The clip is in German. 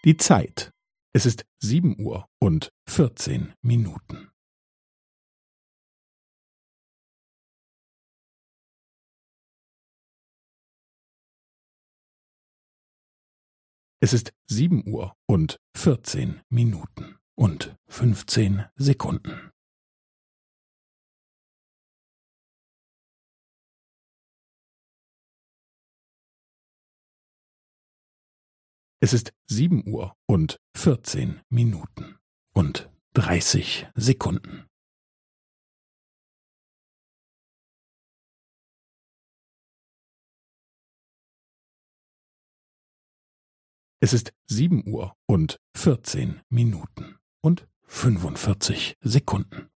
Die Zeit. Es ist 7:14 Minuten. Es ist 7:14 Minuten und 15 Sekunden. Es ist 7:14 Minuten und 30 Sekunden. Es ist 7:14 Minuten und 45 Sekunden.